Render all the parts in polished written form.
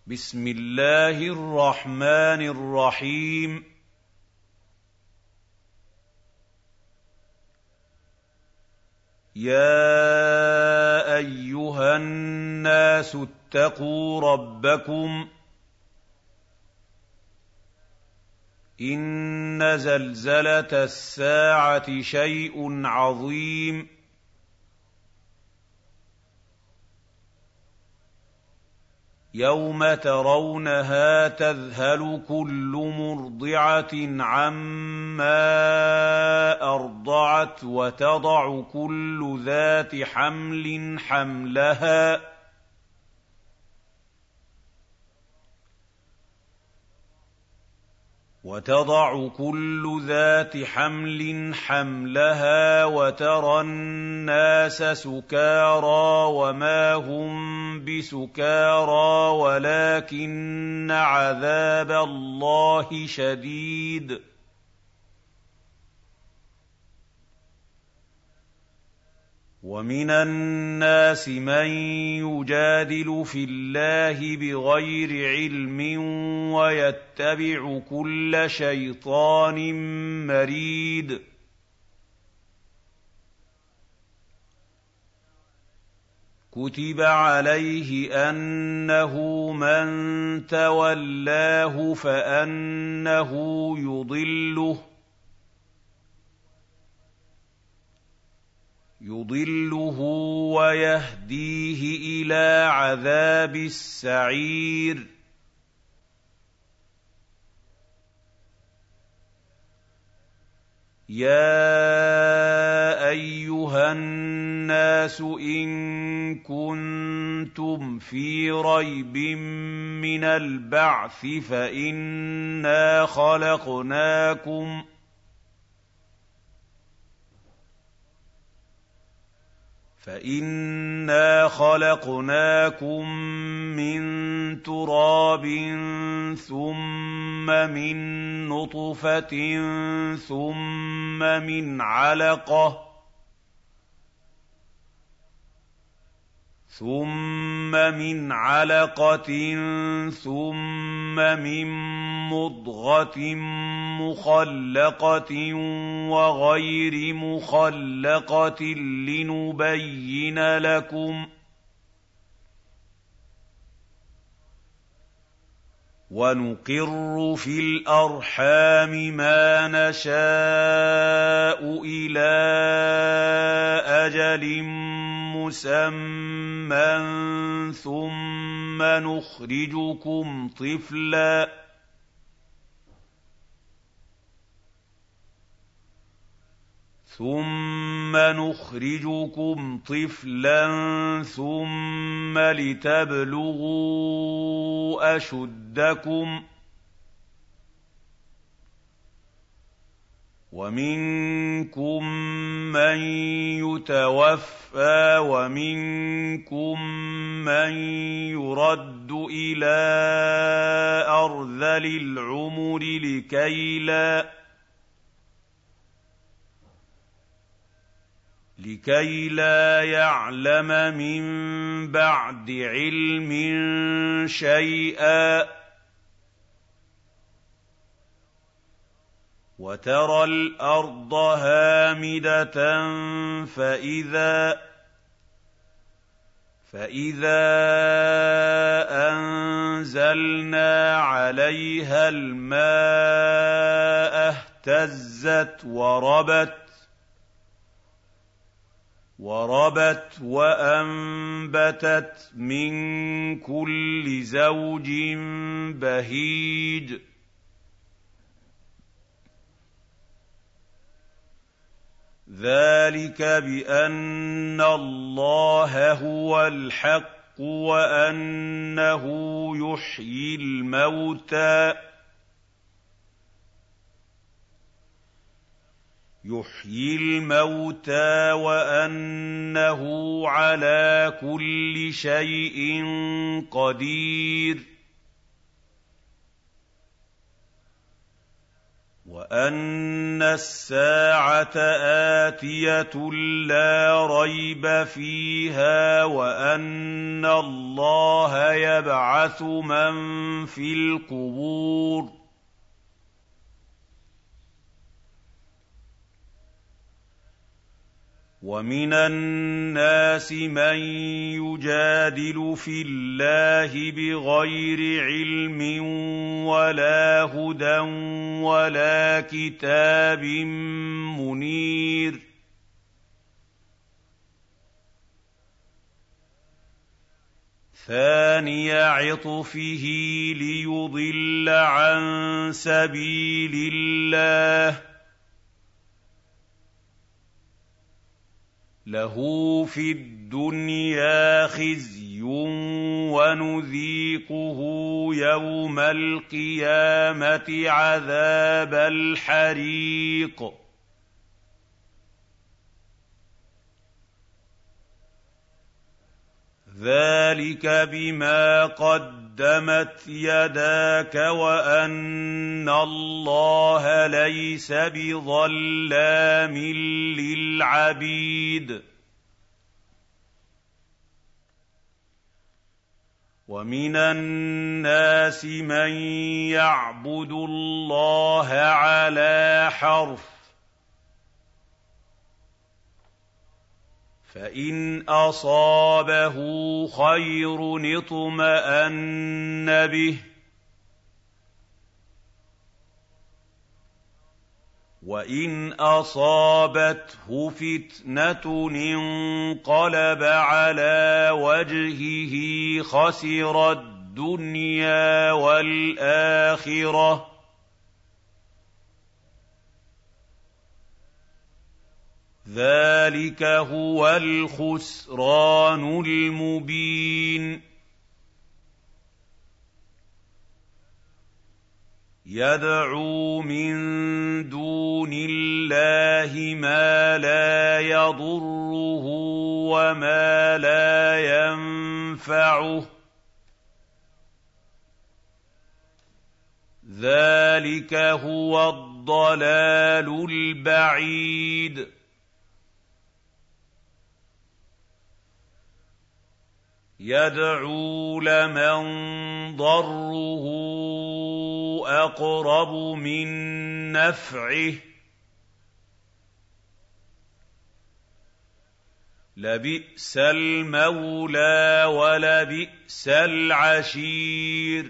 بسم الله الرحمن الرحيم. يا أيها الناس اتقوا ربكم. إن زلزلة الساعة شيء عظيم. يوم ترونها تذهل كل مرضعة عما أرضعت وتضع كل ذات حمل حملها وترى الناس سكارى وما هم بسكارى ولكن عذاب الله شديد. ومن الناس من يجادل في الله بغير علم ويتبع كل شيطان مريد. كتب عليه أنه من تولاه فأنه يضله ويهديه إلى عذاب السعير. يا أيها الناس إن كنتم في ريب من البعث فإنا خلقناكم من تراب ثم من نطفة ثم من علقة ثم من مضغة مخلقة وغير مخلقة لنبين لكم. ونقر في الأرحام ما نشاء إلى أجل مسمى ثم نخرجكم طفلا ثم لتبلغوا أشدكم. ومنكم من يتوفى ومنكم من يرد إلى أرذل العمر لكي لا يعلم من بعد علم شيئا. وترى الأرض هامدة فإذا أنزلنا عليها الماء اهتزت وربت وأنبتت من كل زوج بهيج. ذلك بأن الله هو الحق وأنه يحيي الموتى وأنه على كل شيء قدير. وَأَنَّ السَّاعَةَ آتِيَةٌ لَّا رَيْبَ فِيهَا وَأَنَّ اللَّهَ يَبْعَثُ مَن فِي الْقُبُورِ وَمِنَ النَّاسِ مَن يُجَادِلُ فِي اللَّهِ بِغَيْرِ عِلْمٍ وَلَا هُدًى وَلَا كِتَابٍ مُّنِيرٍ ثَانِيَ عِطْفِهِ لِيُضِلَّ عَن سَبِيلِ اللَّهِ لَهُ فِي الدُّنْيَا خِزْيٌ وَنُذِيقُهُ يَوْمَ الْقِيَامَةِ عَذَابَ الْحَرِيقِ ذَٰلِكَ بِمَا قَدَّمَتْ يَدَاكَ وَأَنَّ اللَّهَ لَيْسَ بِظَلَّامٍ لِّلْعَبِيدِ وَمِنَ النَّاسِ مَن يَعْبُدُ اللَّهَ عَلَىٰ حَرْفٍ فَإِنْ أَصَابَهُ خَيْرٌ اطْمَأَنَّ بِهِ وَإِنْ أَصَابَتْهُ فِتْنَةٌ انقَلَبَ عَلَىٰ وَجْهِهِ خَسِرَ الدُّنْيَا وَالْآخِرَةَ ۚ ذَٰلِكَ هُوَ الْخُسْرَانُ الْمُبِينُ يَدْعُو مِن دُونِ اللَّهِ مَا لَا يَضُرُّهُ وَمَا لَا يَنفَعُهُ ۚ ذَٰلِكَ هُوَ الضَّلَالُ الْبَعِيدُ يَدْعُو لَمَن ضَرُّهُ أَقْرَبُ مِن نَّفْعِهِ ۚ لَبِئْسَ الْمَوْلَىٰ وَلَبِئْسَ الْعَشِيرُ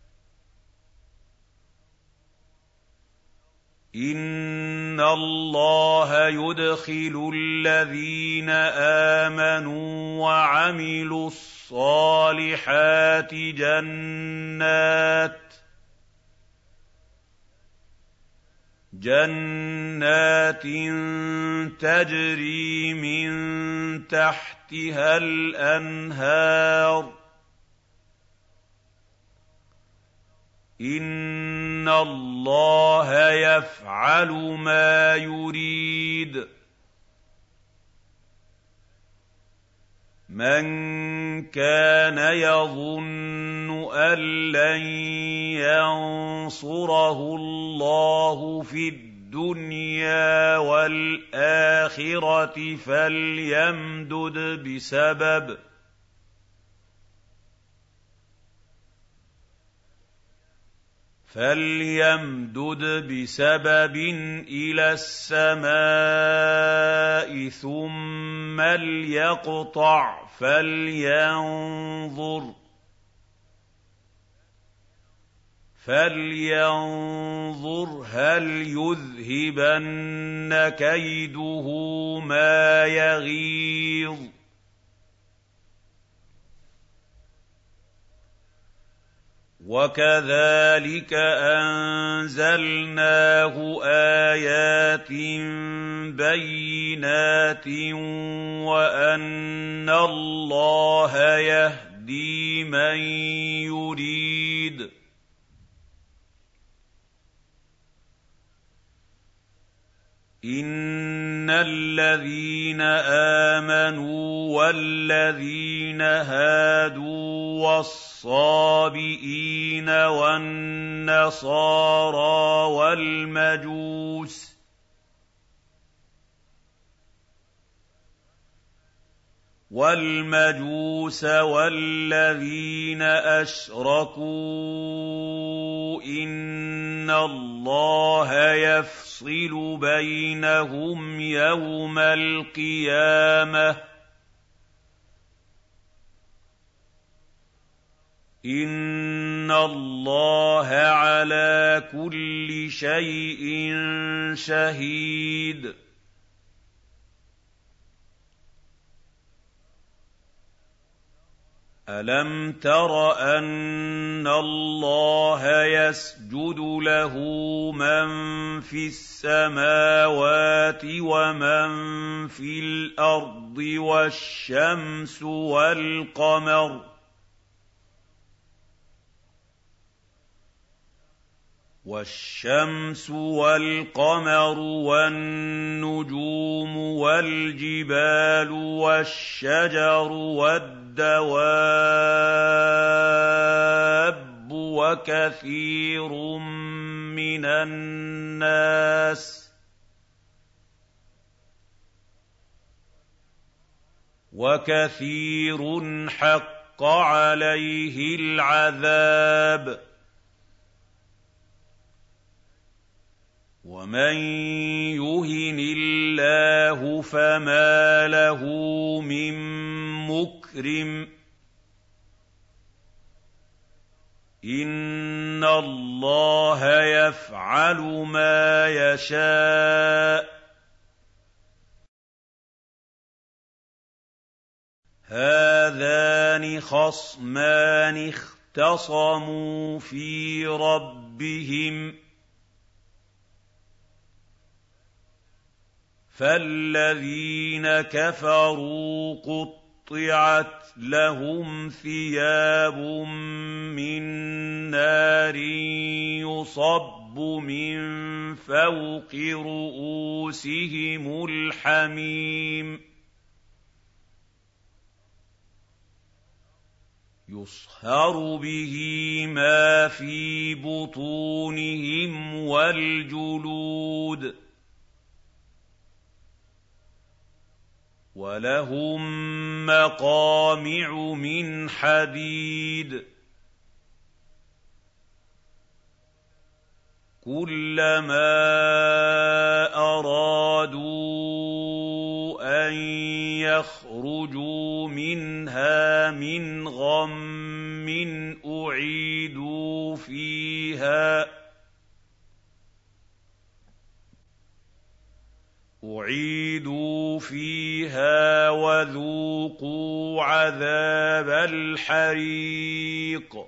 إِنَّ اللَّهَ يُدْخِلُ الَّذِينَ آمَنُوا وَعَمِلُوا الصَّالِحَاتِ جَنَّاتٍ تَجْرِي مِن تَحْتِهَا الْأَنْهَارُ ۚ إِنَّ اللَّهَ يَفْعَلُ مَا يُرِيدُ مَن كَانَ يَظُنُّ أَن لَّن يَنصُرَهُ اللَّهُ فِي الدُّنْيَا وَالْآخِرَةِ فَلْيَمْدُدْ بِسَبَبٍ إِلَى السَّمَاءِ ثُمَّ لْيَقْطَعْ فَلْيَنظُرْ هَلْ يُذْهِبَنَّ كَيْدُهُ مَا يَغِيظُ وَكَذَٰلِكَ أَنزَلْنَاهُ آيَاتٍ بَيِّنَاتٍ وَأَنَّ اللَّهَ يَهْدِي مَن يُرِيدُ إِنَّ الَّذِينَ آمَنُوا وَالَّذِينَ هَادُوا وَالصَّابِئِينَ وَالنَّصَارَىٰ وَالْمَجُوسَ وَالَّذِينَ أَشْرَكُوا إِنَّ اللَّهَ يَفْصِلُ بَيْنَهُمْ يَوْمَ الْقِيَامَةِ ۚ إِنَّ اللَّهَ عَلَىٰ كُلِّ شَيْءٍ شَهِيدٌ. أَلَمْ تَرَ أَنَّ اللَّهَ يَسْجُدُ لَهُ مَن فِي السَّمَاوَاتِ وَمَن فِي الْأَرْضِ وَالشَّمْسُ وَالْقَمَرُ وَالنُّجُومُ وَالْجِبَالُ وَالشَّجَرُ وَالدَّوَابُّ وَكَثِيرٌ حَقَّ عَلَيْهِ الْعَذَابُ ۗ وَمَن يُهِنِ اللَّهُ فَمَا لَهُ مِن مُّكْرِمٍ ۚ إِنَّ اللَّهَ يَفْعَلُ مَا يَشَاءُ. هَٰذَانِ خَصْمَانِ اخْتَصَمُوا فِي رَبِّهِمْ ۖ فَالَّذِينَ كَفَرُوا قُطِّعَتْ لَهُمْ ثِيَابٌ مِّن نَّارٍ يُصَبُّ مِن فَوْقِ رُءُوسِهِمُ الْحَمِيمُ يُصْهَرُ بِهِ مَا فِي بُطُونِهِمْ وَالْجُلُودُ ۖ وَلَهُم مَّقَامِعُ مِنْ حَدِيدٍ كُلَّمَا أَرَادُوا أَن يَخْرُجُوا مِنْهَا مِنْ غَمٍّ أُعِيدُوا فِيهَا وَذُوقُوا عَذَابَ الْحَرِيقِ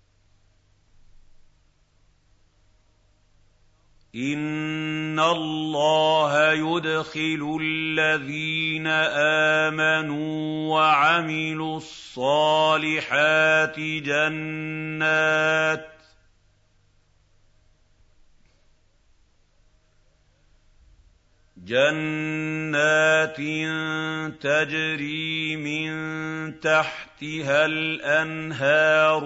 إِنَّ اللَّهَ يُدْخِلُ الَّذِينَ آمَنُوا وَعَمِلُوا الصَّالِحَاتِ جَنَّاتٍ تَجْرِي مِن تَحْتِهَا الْأَنْهَارُ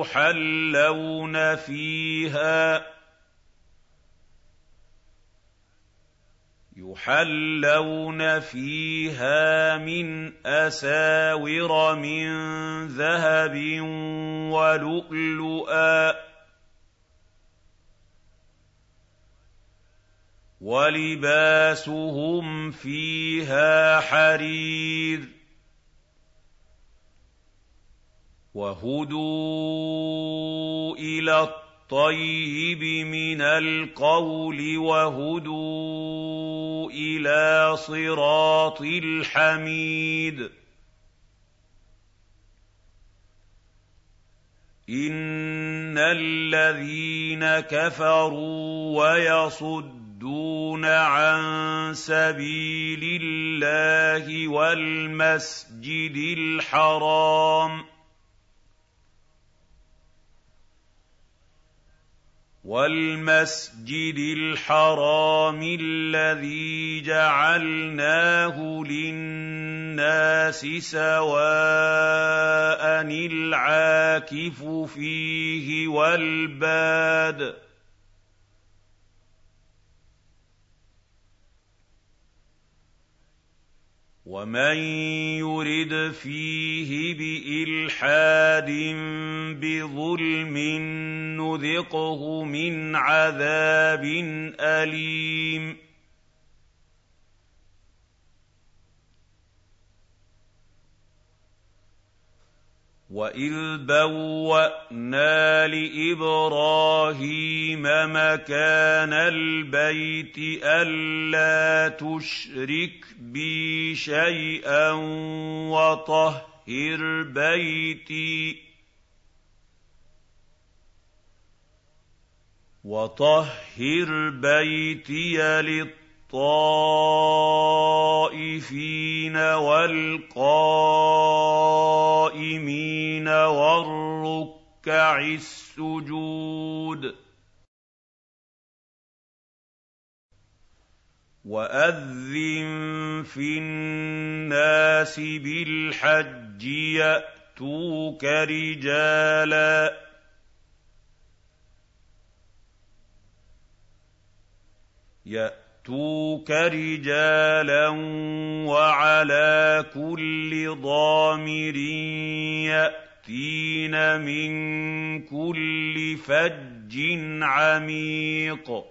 يُحَلَّوْنَ فِيهَا مِنْ أَسَاوِرَ مِن ذَهَبٍ وَلُؤْلُؤًا ۖ وَلِبَاسُهُمْ فِيهَا حَرِيرٌ وَهُدُوا إِلَى الطَّيِّبِ مِنَ الْقَوْلِ وَهُدُوا إِلَىٰ صِرَاطِ الْحَمِيدِ إِنَّ الَّذِينَ كَفَرُوا وَيَصُدُّونَ عَن سَبِيلِ اللَّهِ وَالْمَسْجِدِ الْحَرَامِ وَالْمَسْجِدِ الْحَرَامِ الَّذِي جَعَلْنَاهُ لِلنَّاسِ سَوَاءً الْعَاكِفُ فِيهِ وَالْبَادِ ۚ وَمَن يُرِدْ فِيهِ بِإِلْحَادٍ بِظُلْمٍ نُّذِقْهُ مِنْ عَذَابٍ أَلِيمٍ وَإِذْ بَوَّأْنَا لِإِبْرَاهِيمَ مَكَانَ الْبَيْتِ أَلَّا تُشْرِكْ بِي شَيْئًا وَطَهِّرْ بَيْتِيَ لِلطَّائِفِينَ وَالْقَائِمِينَ وَالرُّكَّعِ السُّجُودِ وَأَذِّن فِي النَّاسِ بِالْحَجِّ يَأْتُوكَ رِجَالًا وَعَلَىٰ كُلِّ ضَامِرٍ يَأْتِينَ مِن كُلِّ فَجٍّ عَمِيقٍ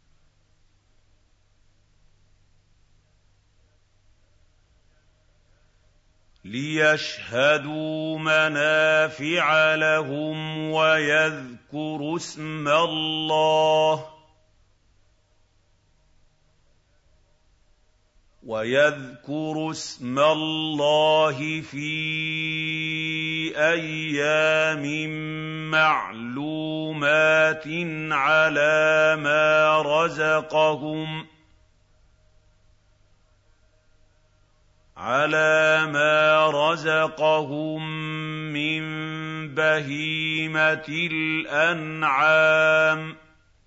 لِيَشْهَدُوا مَنَافِعَ لَهُمْ وَيَذْكُرُوا اسْمَ اللَّهِ فِي أَيَّامٍ مَّعْلُومَاتٍ عَلَىٰ مَا رَزَقَهُم مِّن بَهِيمَةِ الْأَنْعَامِ ۖ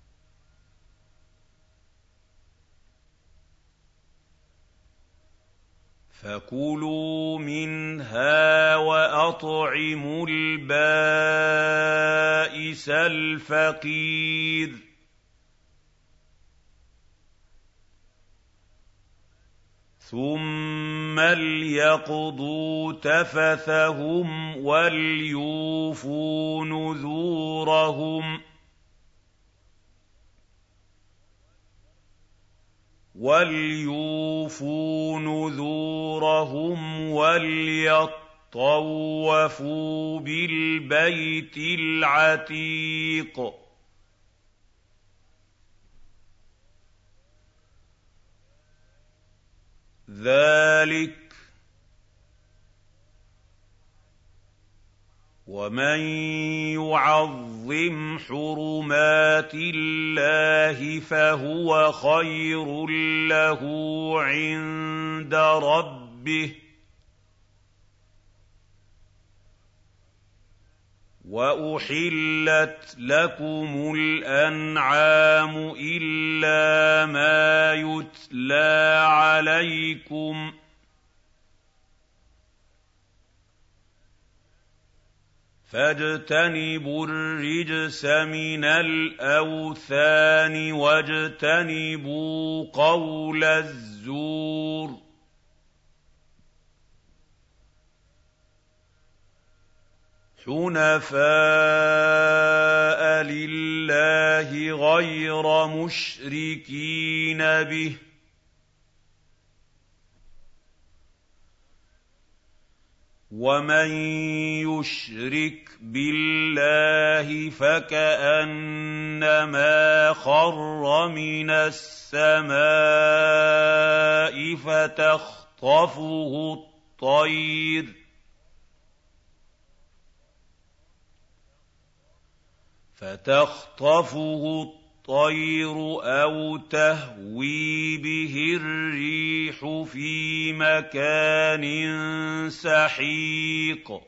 فَكُلُوا مِنْهَا وَأَطْعِمُوا الْبَائِسَ الْفَقِيرَ ثُمَّ لْيَقْضُوا تَفَثَهُمْ وَلْيُوفُوا نُذُورَهُمْ وَلْيَطَّوَّفُوا بِالْبَيْتِ الْعَتِيقِ ذَٰلِكَ وَمَن يُعَظِّمْ حُرُمَاتِ اللَّهِ فَهُوَ خَيْرٌ لَّهُ عِندَ رَبِّهِ ۗ وَأُحِلَّتْ لَكُمُ الْأَنْعَامُ إِلَّا مَا يُتْلَىٰ عَلَيْكُمْ ۖ فَاجْتَنِبُوا الرِّجْسَ مِنَ الْأَوْثَانِ وَاجْتَنِبُوا قَوْلَ الزُّورِ حُنَفَاءَ لِلَّهِ غَيْرَ مُشْرِكِينَ بِهِ ۚ وَمَن يُشْرِكْ بِاللَّهِ فَكَأَنَّمَا خَرَّ مِنَ السَّمَاءِ فتخطفه الطَّيْرُ أَوْ تَهْوِي بِهِ الرِّيحُ فِي مَكَانٍ سَحِيقٍ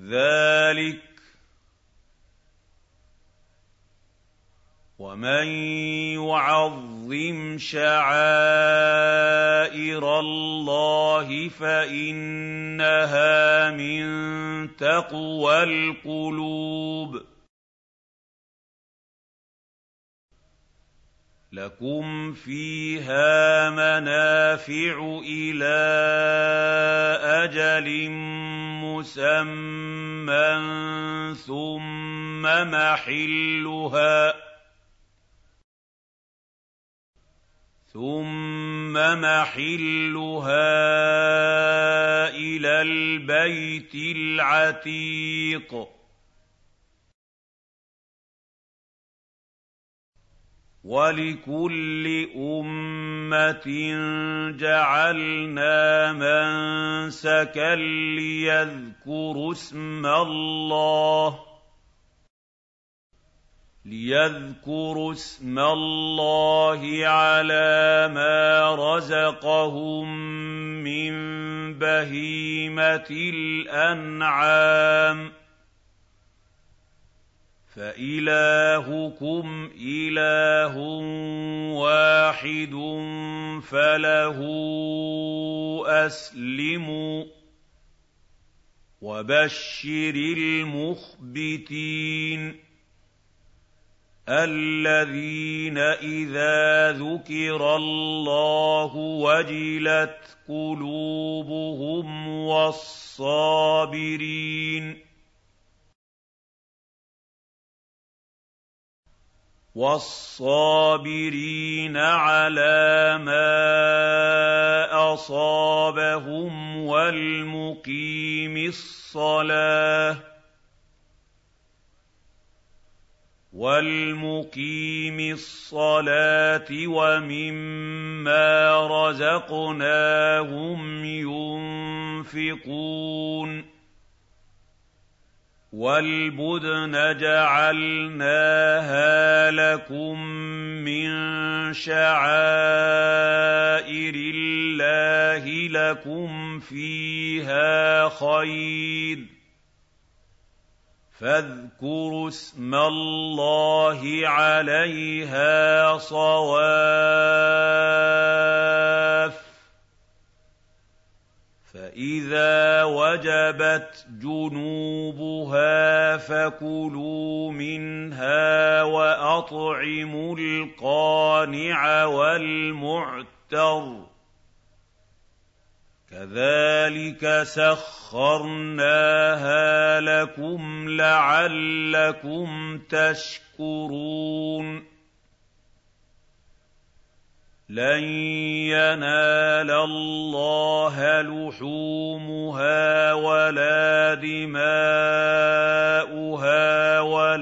ذَٰلِكَ وَمَن يُعَظِّمْ شَعَائِرَ اللَّهِ فَإِنَّهَا مِن تَقْوَى الْقُلُوبِ لَكُمْ فِيهَا مَنَافِعُ إِلَىٰ أَجَلٍ مُّسَمًّى ثُمَّ مَحِلُّهَا إِلَى الْبَيْتِ الْعَتِيقِ وَلِكُلِّ أُمَّةٍ جَعَلْنَا مَنسَكًا لِيَذْكُرُوا اسْمَ اللَّهِ عَلَىٰ مَا رَزَقَهُم مِّن بَهِيمَةِ الْأَنْعَامِ ۖ فَإِلَٰهُكُمْ إِلَٰهٌ وَاحِدٌ فَلَهُ أَسْلِمُوا ۗ وَبَشِّرِ الْمُخْبِتِينَ الَّذِينَ إِذَا ذُكِرَ اللَّهُ وَجِلَتْ قُلُوبُهُمْ وَالصَّابِرِينَ عَلَىٰ مَا أَصَابَهُمْ وَالْمُقِيمِي الصَّلَاةِ وَمِمَّا رَزَقْنَاهُمْ يُنفِقُونَ وَالْبُدْنَ جَعَلْنَاهَا لَكُم مِّن شَعَائِرِ اللَّهِ لَكُمْ فِيهَا خَيْرٌ ۖ فَاذْكُرُوا اسْمَ اللَّهِ عَلَيْهَا صَوَافَّ ۖ فَإِذَا وَجَبَتْ جُنُوبُهَا فَكُلُوا مِنْهَا وَأَطْعِمُوا الْقَانِعَ وَالْمُعْتَرَّ ۚ كَذَٰلِكَ سَخَّرْنَاهَا لَكُمْ لَعَلَّكُمْ تَشْكُرُونَ لَن يَنَالَ اللَّهَ لُحُومُهَا وَلَا دِمَاؤُهَا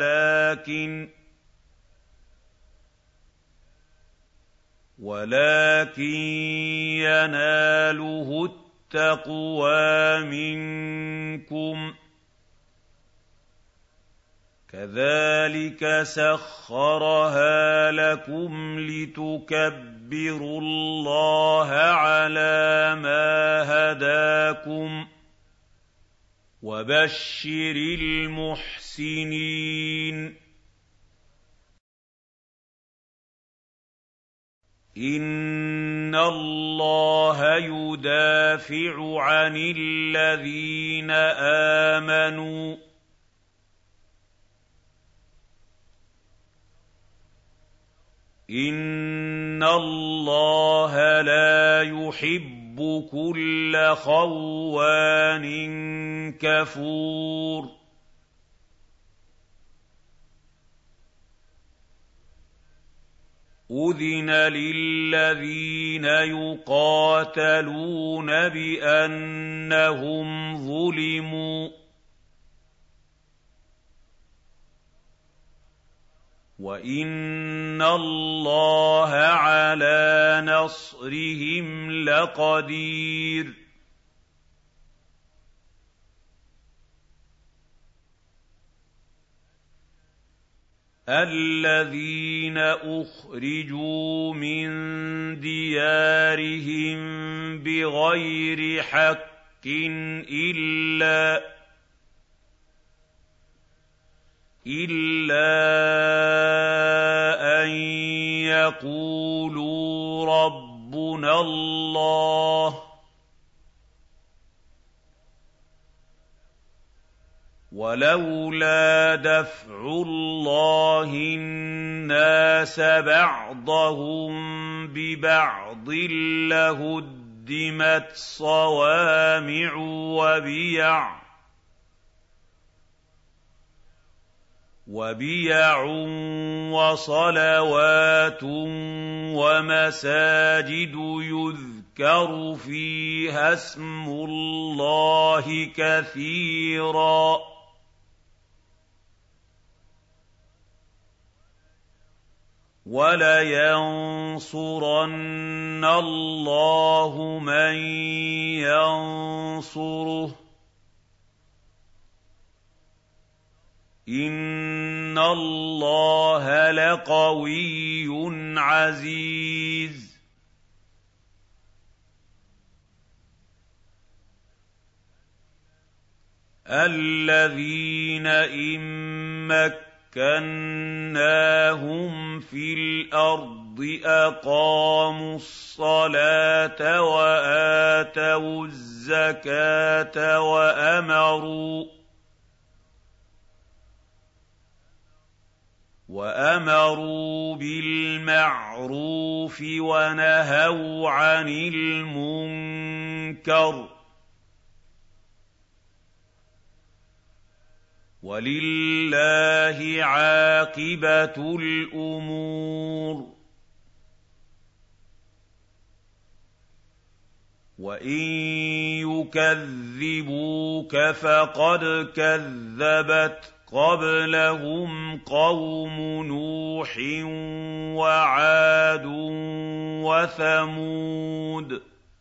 وَلَٰكِن يَنَالُهُ التَّقْوَىٰ مِنكُمْ ۚ كَذَٰلِكَ سَخَّرَهَا لَكُمْ لِتُكَبِّرُوا اللَّهَ عَلَىٰ مَا هَدَاكُمْ ۗ وَبَشِّرِ الْمُحْسِنِينَ إِنَّ اللَّهَ يُدَافِعُ عَنِ الَّذِينَ آمَنُوا ۗ إِنَّ اللَّهَ لَا يُحِبُّ كُلَّ خَوَّانٍ كَفُورٍ أُذِنَ لِلَّذِينَ يُقَاتَلُونَ بِأَنَّهُمْ ظُلِمُوا ۚ وَإِنَّ اللَّهَ عَلَىٰ نَصْرِهِمْ لَقَدِيرٌ الَّذِينَ أُخْرِجُوا مِن دِيَارِهِم بِغَيْرِ حَقٍّ إِلَّا أَن يَقُولُوا رَبُّنَا اللَّهُ ۗ وَلَوْلَا دَفْعُ اللَّهِ النَّاسَ بَعْضَهُم بِبَعْضٍ لَّهُدِّمَتْ صَوَامِعُ وَبِيَعٌ وَصَلَوَاتٌ وَمَسَاجِدُ يُذْكَرُ فِيهَا اسْمُ اللَّهِ كَثِيرًا ۗ وَلَيَنصُرَنَّ اللَّهُ مَن يَنصُرُهُ ۗ إِنَّ اللَّهَ لَقَوِيٌّ عَزِيزٌ. الَّذِينَ إِن مَّكَّنَّاهُمْ فِي الْأَرْضِ أَقَامُوا الصَّلَاةَ وَآتَوُا الزَّكَاةَ وَأَمَرُوا بِالْمَعْرُوفِ وَنَهَوْا عَنِ الْمُنكَرِ ۗ وَلِلَّهِ عَاقِبَةُ الْأُمُورِ. وَإِن يُكَذِّبُوكَ فَقَدْ كَذَّبَتْ قَبْلَهُمْ قَوْمُ نُوحٍ وَعَادٌ وَثَمُودُ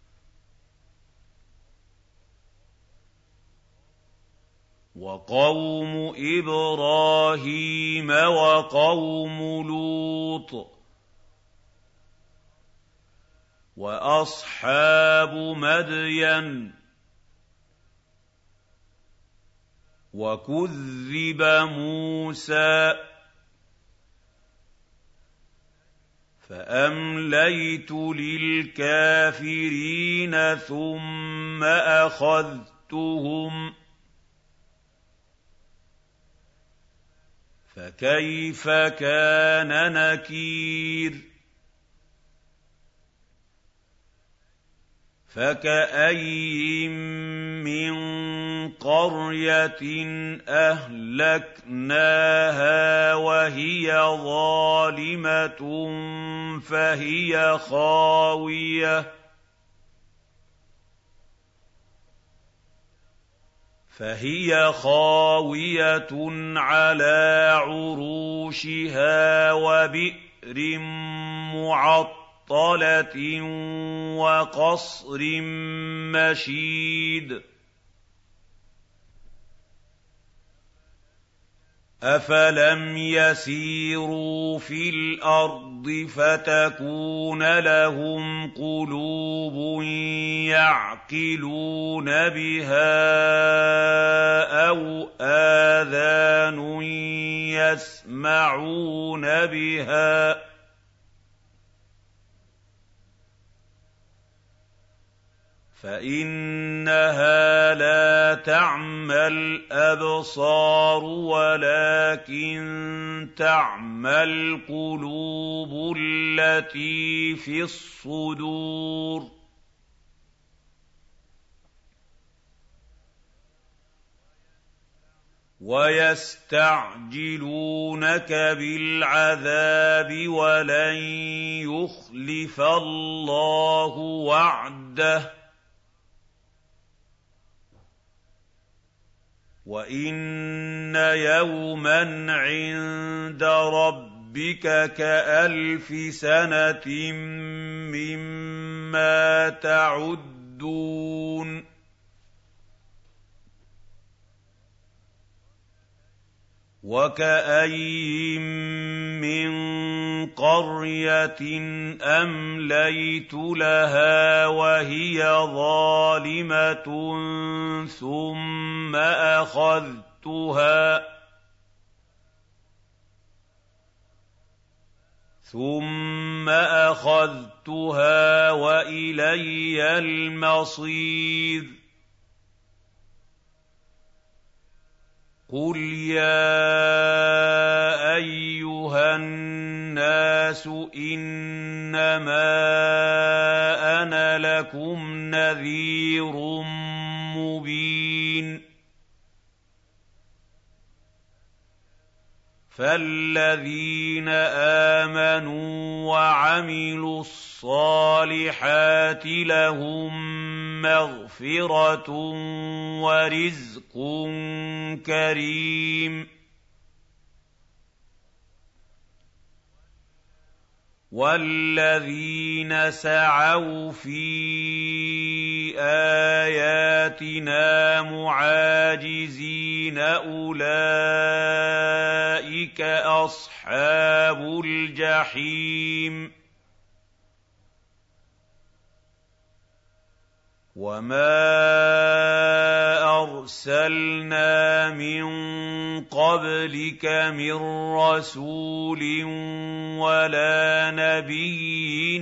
وَقَوْمُ إِبْرَاهِيمَ وَقَوْمُ لُوطٍ وَأَصْحَابُ مَدْيَنَ ۖ وَكُذِّبَ مُوسَىٰ فَأَمْلَيْتُ لِلْكَافِرِينَ ثُمَّ أَخَذْتُهُمْ ۖ فَكَيْفَ كَانَ نَكِيرِ. فَكَأَيِّن مِّن قَرْيَةٍ أَهْلَكْنَاهَا وَهِيَ ظَالِمَةٌ فَهِيَ خَاوِيَةٌ عَلَىٰ عُرُوشِهَا وَبِئْرٍ مُّعَطَّلَةٍ وَقَصْرٍ مَّشِيدٍ. أَفَلَمْ يَسِيرُوا فِي الْأَرْضِ فَتَكُونَ لَهُمْ قُلُوبٌ يَعْقِلُونَ بِهَا أَوْ آذَانٌ يَسْمَعُونَ بِهَا ۖ فَإِنَّهَا لَا تَعْمَى الْأَبْصَارُ وَلَٰكِن تَعْمَى الْقُلُوبُ الَّتِي فِي الصُّدُورِ. وَيَسْتَعْجِلُونَكَ بِالْعَذَابِ وَلَن يُخْلِفَ اللَّهُ وَعْدَهُ، وَإِنَّ يَوْمًا عِندَ رَبِّكَ كَأَلْفِ سَنَةٍ مِّمَّا تَعُدُّونَ. وَكَأَيِّن مِّن قَرْيَةٍ أَمْلَيْتُ لَهَا وَهِيَ ظَالِمَةٌ ثُمَّ أَخَذْتُهَا ثُمَّ أَخَذْتُهَا وَإِلَيَّ الْمَصِيرُ قُلْ يَا أَيُّهَا النَّاسُ إِنَّمَا أَنَا لَكُمْ نَذِيرٌ مُّبِينٌ فَالَّذِينَ آمَنُوا وَعَمِلُوا الصَّالِحَاتِ لَهُم مَّغْفِرَةٌ وَرِزْقٌ كَرِيمٌ وَالَّذِينَ سَعَوْا فِي آيَاتِنَا مُعَاجِزِينَ أُولَٰئِكَ أَصْحَابُ الْجَحِيمِ وَمَا أَرْسَلْنَا مِن قَبْلِكَ مِن رَّسُولٍ وَلَا نَبِيٍّ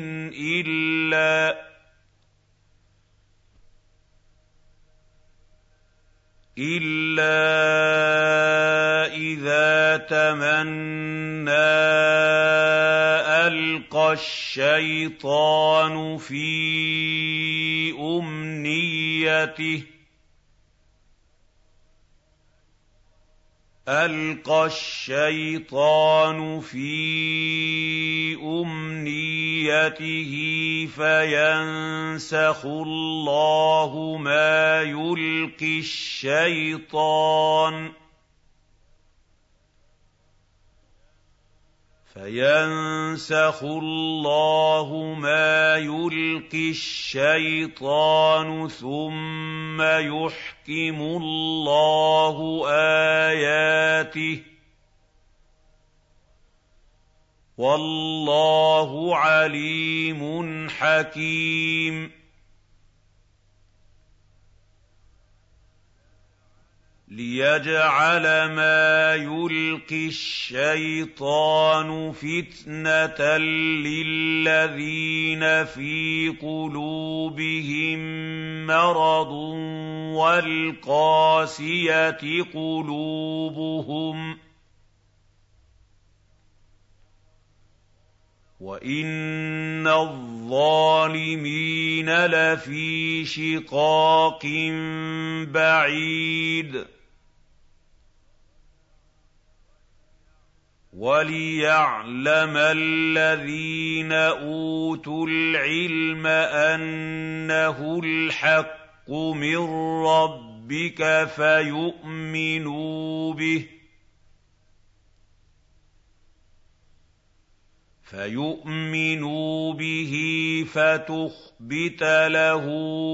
إِلَّا إِذَا تَمَنَّىٰ أَلْقَى الشَّيْطَانُ في أُمْنِيَّتِهِ فَيَنسَخُ اللَّهُ مَا يُلْقِي الشَّيْطَانُ ثُمَّ يُحْكِمُ اللَّهُ آيَاتِهِ ۗ وَاللَّهُ عَلِيمٌ حَكِيمٌ لِيَجْعَلَ مَا يُلْقِي الشَّيْطَانُ فِتْنَةً لِّلَّذِينَ فِي قُلُوبِهِم مَّرَضٌ وَالْقَاسِيَةِ قُلُوبُهُمْ ۗ وَإِنَّ الظَّالِمِينَ لَفِي شِقَاقٍ بَعِيدٍ وَلِيَعْلَمَ الَّذِينَ أُوتُوا الْعِلْمَ أَنَّهُ الْحَقُّ مِن رَّبِّكَ فيؤمنوا به فتخبت له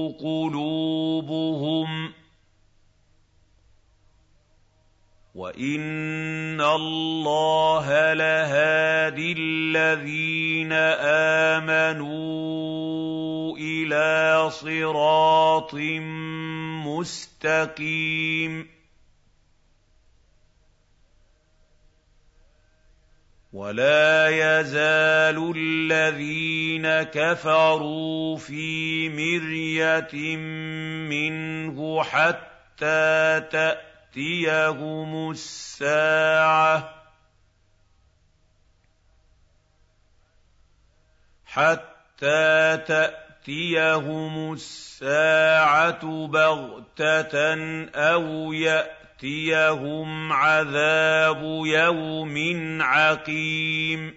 قلوبهم وَإِنَّ اللَّهَ لَهَادِ الَّذِينَ آمَنُوا إِلَىٰ صِرَاطٍ مُّسْتَقِيمٍ وَلَا يَزَالُ الَّذِينَ كَفَرُوا فِي مِرْيَةٍ مِّنْهُ حَتَّىٰ تَأْتِيَهُمُ السَّاعَةُ بَغْتَةً أَوْ يَأْتِيَهُمْ عَذَابُ يَوْمٍ عَقِيمٍ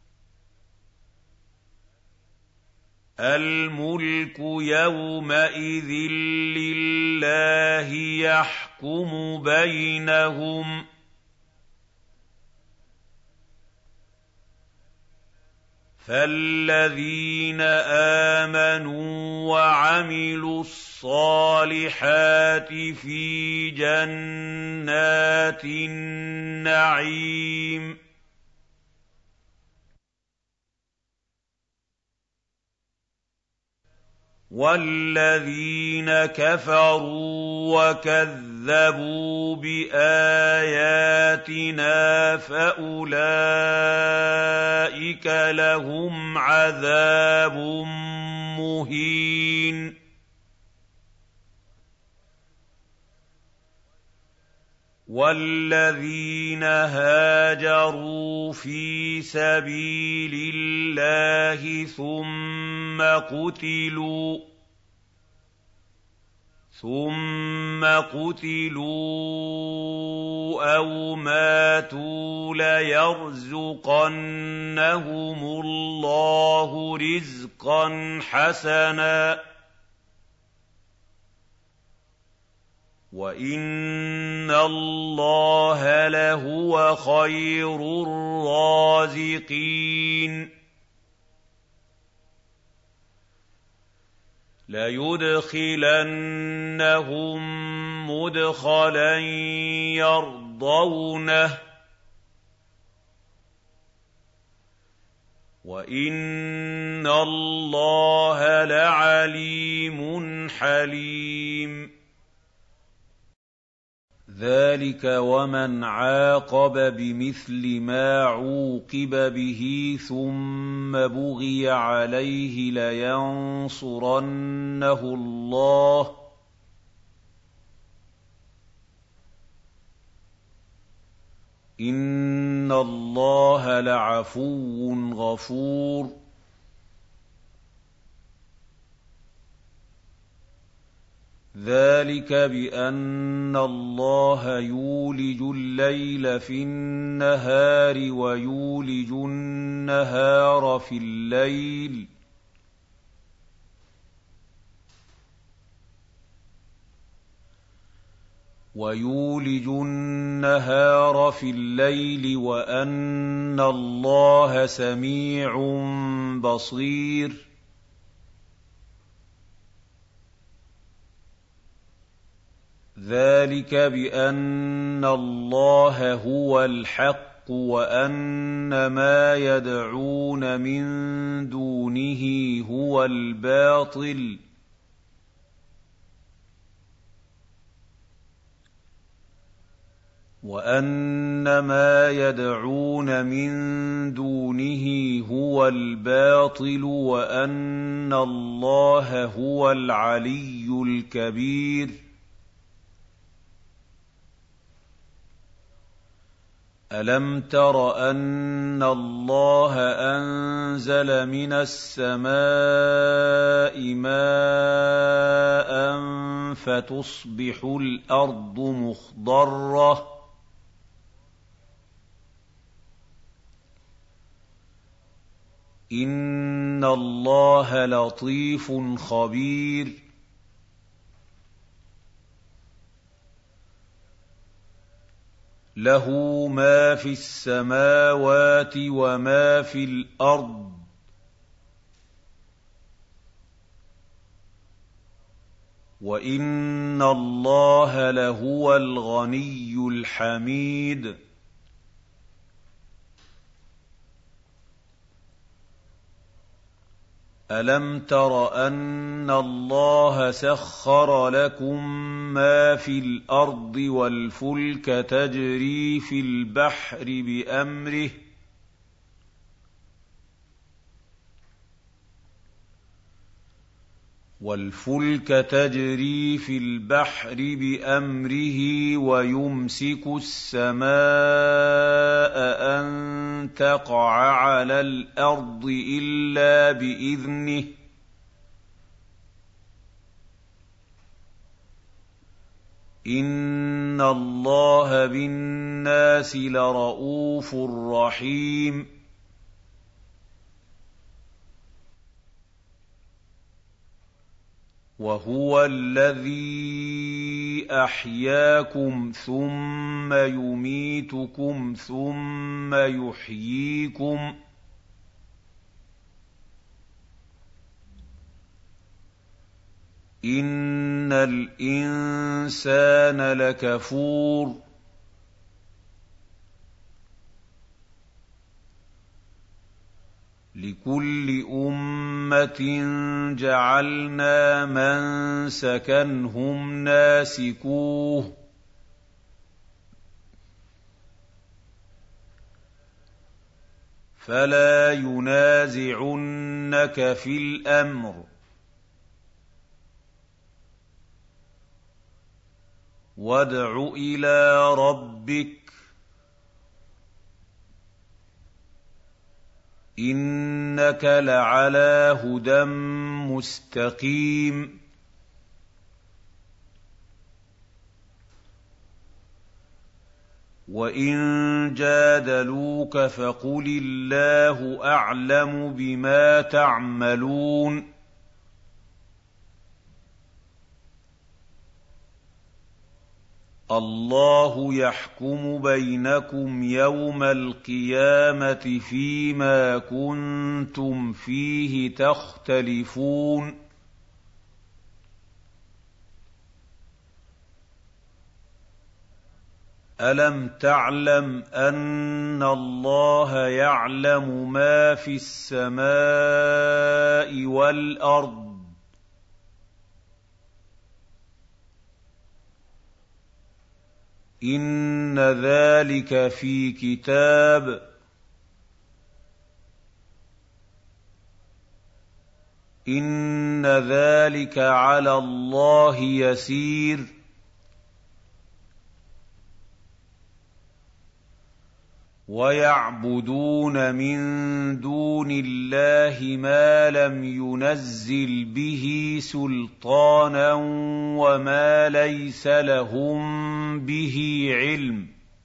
الْمُلْكُ يَوْمَئِذٍ لِّلَّهِ يَحْكُمُ بَيْنَهُمْ ۚ فَالَّذِينَ آمَنُوا وَعَمِلُوا الصَّالِحَاتِ فِي جَنَّاتِ النَّعِيمِ وَالَّذِينَ كَفَرُوا وَكَذَّبُوا بِآيَاتِنَا فَأُولَٰئِكَ لَهُمْ عَذَابٌ مُّهِينٌ وَالَّذِينَ هَاجَرُوا فِي سَبِيلِ اللَّهِ ثُمَّ قُتِلُوا أَوْ مَاتُوا لَيَرْزُقَنَّهُمُ اللَّهُ رِزْقًا حَسَنًا ۚ وَإِنَّ اللَّهَ لَهُوَ خَيْرُ الرَّازِقِينَ لَيُدْخِلَنَّهُم مُّدْخَلًا يَرْضَوْنَهُ ۗ وَإِنَّ اللَّهَ لَعَلِيمٌ حَلِيمٌ ذَٰلِكَ وَمَنْ عَاقَبَ بِمِثْلِ مَا عُوقِبَ بِهِ ثُمَّ بُغِيَ عَلَيْهِ لَيَنصُرَنَّهُ اللَّهُ ۗ إِنَّ اللَّهَ لَعَفُوٌّ غَفُورٌ ذَٰلِكَ بِأَنَّ اللَّهَ يُولِجُ اللَّيْلَ فِي النَّهَارِ وَيُولِجُ النَّهَارَ فِي اللَّيْلِ ۚ وَأَنَّ اللَّهَ سَمِيعٌ بَصِيرٌ ذَٰلِكَ بِأَنَّ اللَّهَ هُوَ الْحَقُّ وَأَنَّ مَا يَدْعُونَ مِن دُونِهِ هُوَ الْبَاطِلُ ۚ وَأَنَّ اللَّهَ هُوَ الْعَلِيُّ الْكَبِيرُ أَلَمْ تَرَ أَنَّ اللَّهَ أَنزَلَ مِنَ السَّمَاءِ مَاءً فَتُصْبِحُ الْأَرْضُ مُخْضَرَّةً ۗ إِنَّ اللَّهَ لَطِيفٌ خَبِيرٌ لَّهُ مَا فِي السَّمَاوَاتِ وَمَا فِي الْأَرْضِ ۗ وَإِنَّ اللَّهَ لَهُوَ الْغَنِيُّ الْحَمِيدُ أَلَمْ تَرَ أَنَّ اللَّهَ سَخَّرَ لَكُم مَّا فِي الْأَرْضِ وَالْفُلْكَ تَجْرِي فِي الْبَحْرِ بِأَمْرِهِ ۖ وَيُمْسِكُ السَّمَاءَ أَن تَقَعَ عَلَى الْأَرْضِ إِلَّا بِإِذْنِهِ ۗ إِنَّ اللَّهَ بِالنَّاسِ لَرَءُوفٌ رَّحِيمٌ وَهُوَ الَّذِي أَحْيَاكُمْ ثُمَّ يُمِيتُكُمْ ثُمَّ يُحْيِيكُمْ ۖ إِنَّ الْإِنسَانَ لَكَفُورٌ لِكُلِّ أُمَّةٍ جَعَلْنَا مَنسَكًا هُمْ نَاسِكُوهُ فَلَا يُنَازِعُنَّكَ فِي الْأَمْرِ وَادْعُ إِلَىٰ رَبِّكَ إِنَّكَ لَعَلَىٰ هُدًى مُّسْتَقِيمٍ وَإِن جَادَلُوكَ فَقُلِ اللَّهُ أَعْلَمُ بِمَا تَعْمَلُونَ اللَّهُ يَحْكُمُ بَيْنَكُمْ يَوْمَ الْقِيَامَةِ فِيمَا كُنتُمْ فِيهِ تَخْتَلِفُونَ أَلَمْ تَعْلَمْ أَنَّ اللَّهَ يَعْلَمُ مَا فِي السَّمَاءِ وَالْأَرْضِ إِنَّ ذَٰلِكَ فِي كِتَابٍ إِنَّ ذَٰلِكَ عَلَى اللَّهِ يَسِيرٌ وَيَعْبُدُونَ مِن دُونِ اللَّهِ مَا لَمْ يُنَزِّلْ بِهِ سُلْطَانًا وَمَا لَيْسَ لَهُم بِهِ عِلْمٌ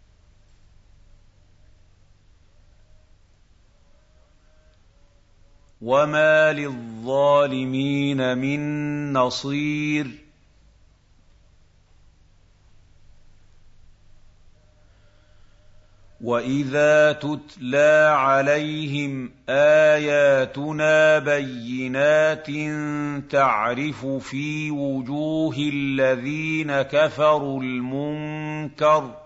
وَمَا لِلظَّالِمِينَ مِن نَّصِيرٍ وَإِذَا تُتْلَىٰ عَلَيْهِمْ آيَاتُنَا بَيِّنَاتٍ تَعْرِفُ فِي وُجُوهِ الَّذِينَ كَفَرُوا الْمُنكَرَ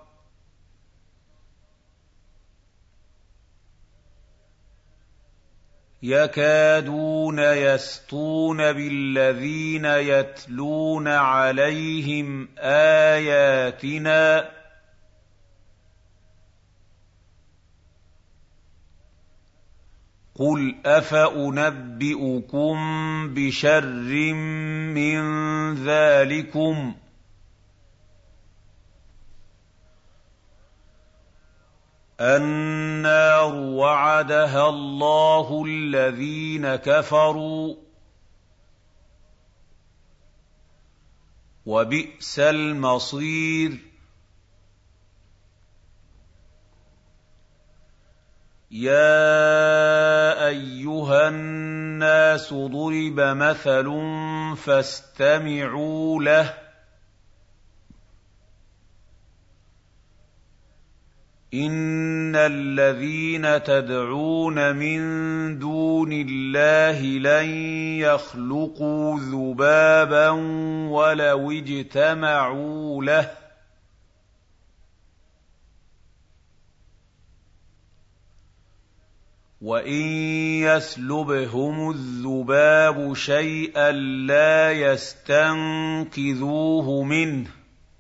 يَكَادُونَ يَسْطُونَ بِالَّذِينَ يَتْلُونَ عَلَيْهِمْ آيَاتِنَا قُلْ أَفَأُنَبِّئُكُم بِشَرٍّ مِّن ذَٰلِكُمُ النَّارُ وَعَدَهَا اللَّهُ الَّذِينَ كَفَرُوا ۖ وَبِئْسَ الْمَصِيرُ يَا أَيُّهَا النَّاسُ ضُرِبَ مَثَلٌ فَاسْتَمِعُوا لَهُ إِنَّ الَّذِينَ تَدْعُونَ مِن دُونِ اللَّهِ لَن يَخْلُقُوا ذُبَابًا وَلَوِ اجْتَمَعُوا لَهُ وَإِن يَسْلُبْهُمُ الذُّبَابُ شَيْئًا لَّا يَسْتَنقِذُوهُ مِنْهُ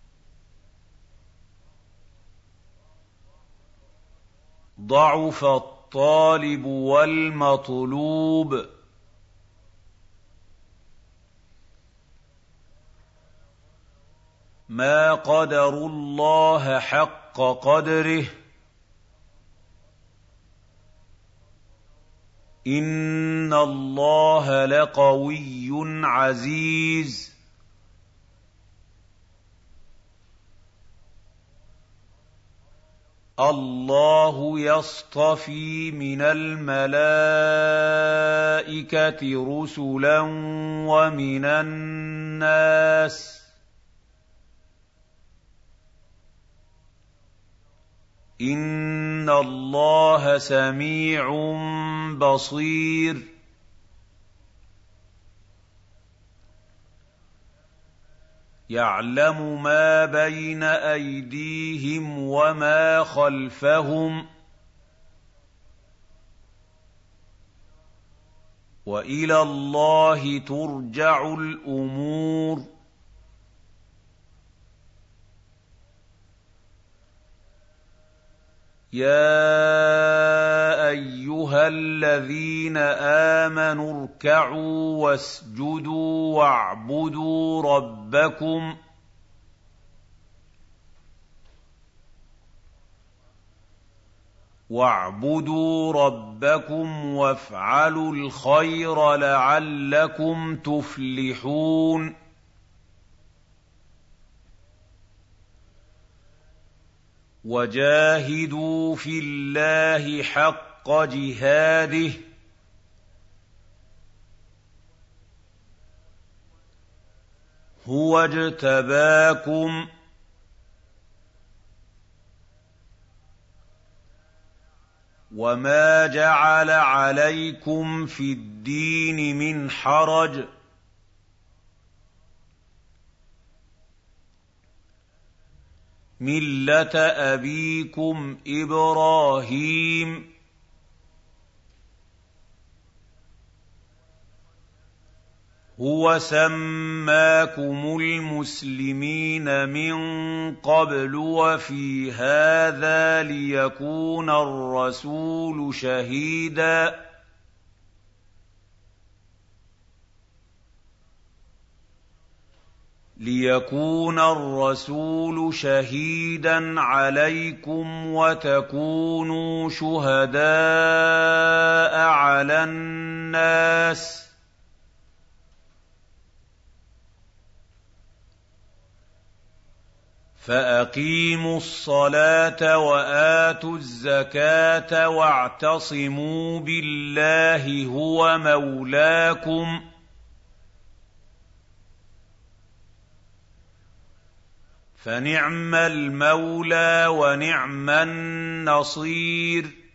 ضَعُفَ الطَّالِبُ وَالْمَطْلُوبُ مَا قَدَرُوا اللَّهَ حَقَّ قَدْرِهِ إِنَّ اللَّهَ لَقَوِيٌّ عَزِيزٌ اللَّهُ يَصْطَفِي مِنَ الْمَلَائِكَةِ رُسُلًا وَمِنَ النَّاسِ إِنَّ اللَّهَ سَمِيعٌ بَصِيرٌ يَعْلَمُ مَا بَيْنَ أَيْدِيهِمْ وَمَا خَلْفَهُمْ وإلى الله ترجع الأمور. يَا أَيُّهَا الَّذِينَ آمَنُوا ارْكَعُوا وَاسْجُدُوا وَاعْبُدُوا رَبَّكُمْ وَافْعَلُوا الْخَيْرَ لَعَلَّكُمْ تُفْلِحُونَ. وَجَاهِدُوا فِي اللَّهِ حَقَّ جِهَادِهِ هُوَ اجْتَبَاكُمْ وَمَا جَعَلَ عَلَيْكُمْ فِي الدِّينِ مِنْ حَرَجٍ ۚ مِلَّةَ أَبِيكُمْ إِبْرَاهِيمَ ۚ هُوَ سَمَّاكُمُ الْمُسْلِمِينَ مِن قَبْلُ وَفِي هَٰذَا لِيَكُونَ الرَّسُولُ شَهِيدًا عَلَيْكُمْ وَتَكُونُوا شُهَدَاءَ عَلَى النَّاسِ ۚ فَأَقِيمُوا الصَّلَاةَ وَآتُوا الزَّكَاةَ وَاعْتَصِمُوا بِاللَّهِ هُوَ مَوْلَاكُمْ ۖ فَنِعْمَ الْمَوْلَىٰ وَنِعْمَ النَّصِيرُ.